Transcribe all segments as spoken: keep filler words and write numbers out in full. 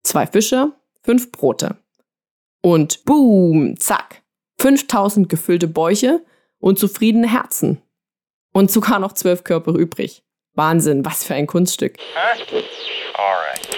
Zwei Fische, fünf Brote. Und boom, zack, fünftausend gefüllte Bäuche und zufriedene Herzen. Und sogar noch zwölf Körper übrig. Wahnsinn, was für ein Kunststück. Huh? Alright.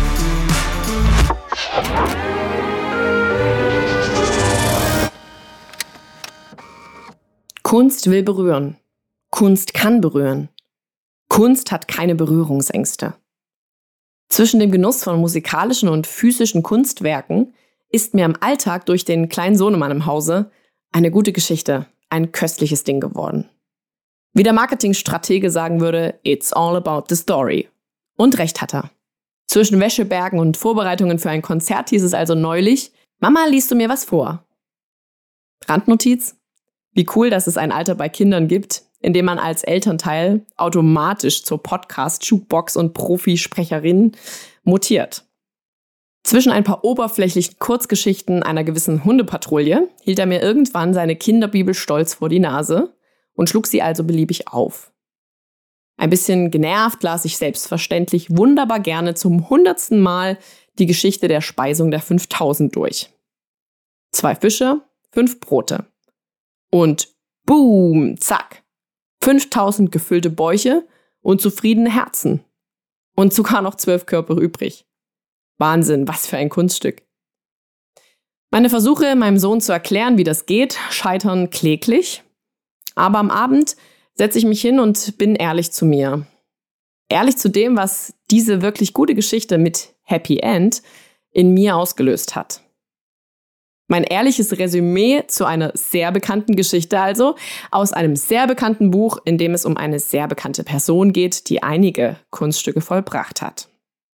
Kunst will berühren. Kunst kann berühren. Kunst hat keine Berührungsängste. Zwischen dem Genuss von musikalischen und physischen Kunstwerken ist mir im Alltag durch den kleinen Sohnemann im Hause eine gute Geschichte, ein köstliches Ding geworden. Wie der Marketingstratege sagen würde, it's all about the story. Und recht hat er. Zwischen Wäschebergen und Vorbereitungen für ein Konzert hieß es also neulich, Mama, liest du mir was vor? Randnotiz: Wie cool, dass es ein Alter bei Kindern gibt, in dem man als Elternteil automatisch zur Podcast-Jukebox und Profisprecherin mutiert. Zwischen ein paar oberflächlichen Kurzgeschichten einer gewissen Hundepatrouille hielt er mir irgendwann seine Kinderbibel stolz vor die Nase und schlug sie also beliebig auf. Ein bisschen genervt las ich selbstverständlich wunderbar gerne zum hundertsten Mal die Geschichte der Speisung der fünftausend durch. Zwei Fische, fünf Brote. Und boom, zack, fünftausend gefüllte Bäuche und zufriedene Herzen. Und sogar noch zwölf Körper übrig. Wahnsinn, was für ein Kunststück. Meine Versuche, meinem Sohn zu erklären, wie das geht, scheitern kläglich. Aber am Abend setze ich mich hin und bin ehrlich zu mir. Ehrlich zu dem, was diese wirklich gute Geschichte mit Happy End in mir ausgelöst hat. Mein ehrliches Resümee zu einer sehr bekannten Geschichte also, aus einem sehr bekannten Buch, in dem es um eine sehr bekannte Person geht, die einige Kunststücke vollbracht hat.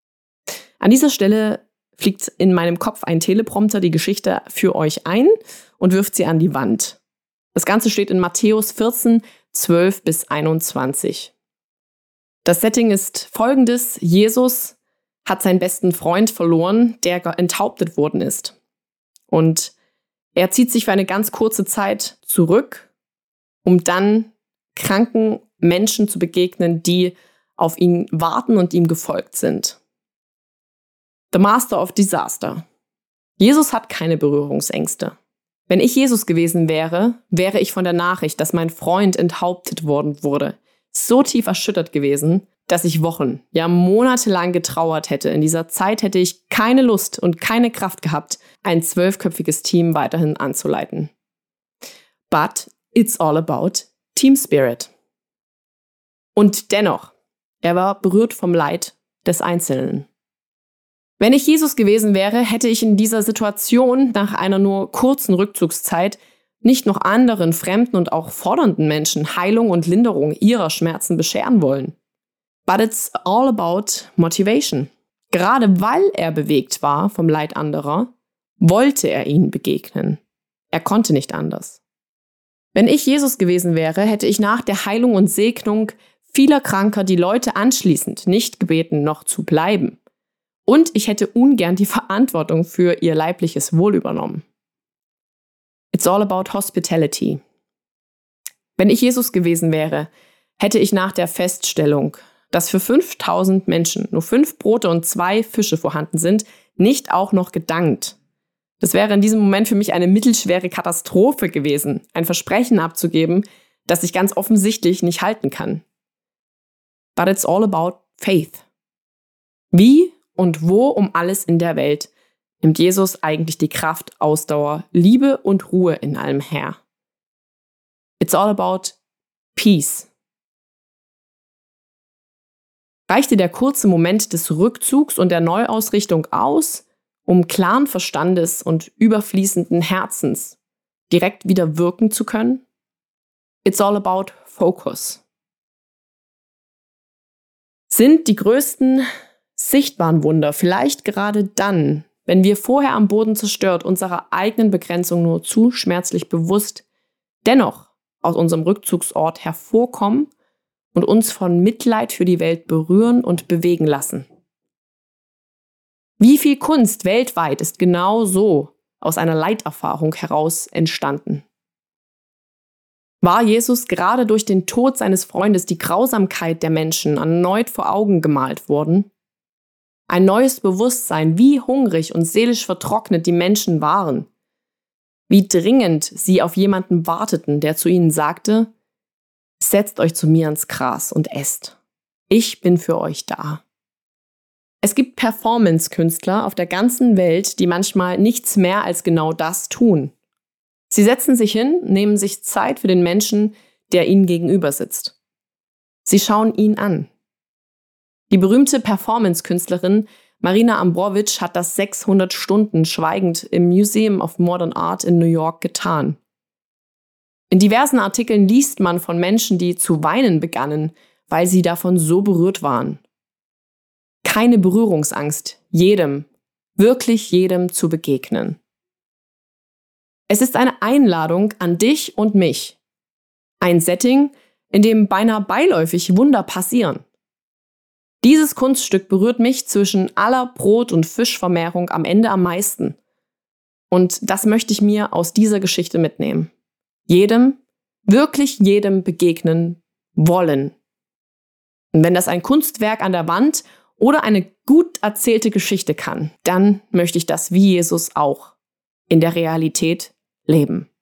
An dieser Stelle fliegt in meinem Kopf ein Teleprompter die Geschichte für euch ein und wirft sie an die Wand. Das Ganze steht in Matthäus vierzehn, zwölf bis einundzwanzig. Das Setting ist folgendes: Jesus hat seinen besten Freund verloren, der enthauptet worden ist. Und er zieht sich für eine ganz kurze Zeit zurück, um dann kranken Menschen zu begegnen, die auf ihn warten und ihm gefolgt sind. The Master of Disaster. Jesus hat keine Berührungsängste. Wenn ich Jesus gewesen wäre, wäre ich von der Nachricht, dass mein Freund enthauptet worden wurde, so tief erschüttert gewesen, dass ich Wochen, ja monatelang getrauert hätte. In dieser Zeit hätte ich keine Lust und keine Kraft gehabt, ein zwölfköpfiges Team weiterhin anzuleiten. But it's all about Team Spirit. Und dennoch, er war berührt vom Leid des Einzelnen. Wenn ich Jesus gewesen wäre, hätte ich in dieser Situation nach einer nur kurzen Rückzugszeit nicht noch anderen fremden und auch fordernden Menschen Heilung und Linderung ihrer Schmerzen bescheren wollen. But it's all about motivation. Gerade weil er bewegt war vom Leid anderer, wollte er ihnen begegnen. Er konnte nicht anders. Wenn ich Jesus gewesen wäre, hätte ich nach der Heilung und Segnung vieler Kranker die Leute anschließend nicht gebeten, noch zu bleiben. Und ich hätte ungern die Verantwortung für ihr leibliches Wohl übernommen. It's all about hospitality. Wenn ich Jesus gewesen wäre, hätte ich nach der Feststellung, dass für fünftausend Menschen nur fünf Brote und zwei Fische vorhanden sind, nicht auch noch gedankt. Das wäre in diesem Moment für mich eine mittelschwere Katastrophe gewesen, ein Versprechen abzugeben, das ich ganz offensichtlich nicht halten kann. But it's all about faith. Wie und wo um alles in der Welt nimmt Jesus eigentlich die Kraft, Ausdauer, Liebe und Ruhe in allem her? It's all about peace. Reichte der kurze Moment des Rückzugs und der Neuausrichtung aus, um klaren Verstandes und überfließenden Herzens direkt wieder wirken zu können? It's all about focus. Sind die größten sichtbaren Wunder vielleicht gerade dann, wenn wir vorher am Boden zerstört, unserer eigenen Begrenzung nur zu schmerzlich bewusst, dennoch aus unserem Rückzugsort hervorkommen und uns von Mitleid für die Welt berühren und bewegen lassen. Wie viel Kunst weltweit ist genau so aus einer Leiterfahrung heraus entstanden? War Jesus gerade durch den Tod seines Freundes die Grausamkeit der Menschen erneut vor Augen gemalt worden? Ein neues Bewusstsein, wie hungrig und seelisch vertrocknet die Menschen waren. Wie dringend sie auf jemanden warteten, der zu ihnen sagte: Setzt euch zu mir ins Gras und esst. Ich bin für euch da. Es gibt Performance-Künstler auf der ganzen Welt, die manchmal nichts mehr als genau das tun. Sie setzen sich hin, nehmen sich Zeit für den Menschen, der ihnen gegenüber sitzt. Sie schauen ihn an. Die berühmte Performance-Künstlerin Marina Abramović hat das sechshundert Stunden schweigend im Museum of Modern Art in New York getan. In diversen Artikeln liest man von Menschen, die zu weinen begannen, weil sie davon so berührt waren. Keine Berührungsangst, jedem, wirklich jedem zu begegnen. Es ist eine Einladung an dich und mich. Ein Setting, in dem beinahe beiläufig Wunder passieren. Dieses Kunststück berührt mich zwischen aller Brot- und Fischvermehrung am Ende am meisten. Und das möchte ich mir aus dieser Geschichte mitnehmen. Jedem, wirklich jedem begegnen wollen. Und wenn das ein Kunstwerk an der Wand oder eine gut erzählte Geschichte kann, dann möchte ich das wie Jesus auch in der Realität leben.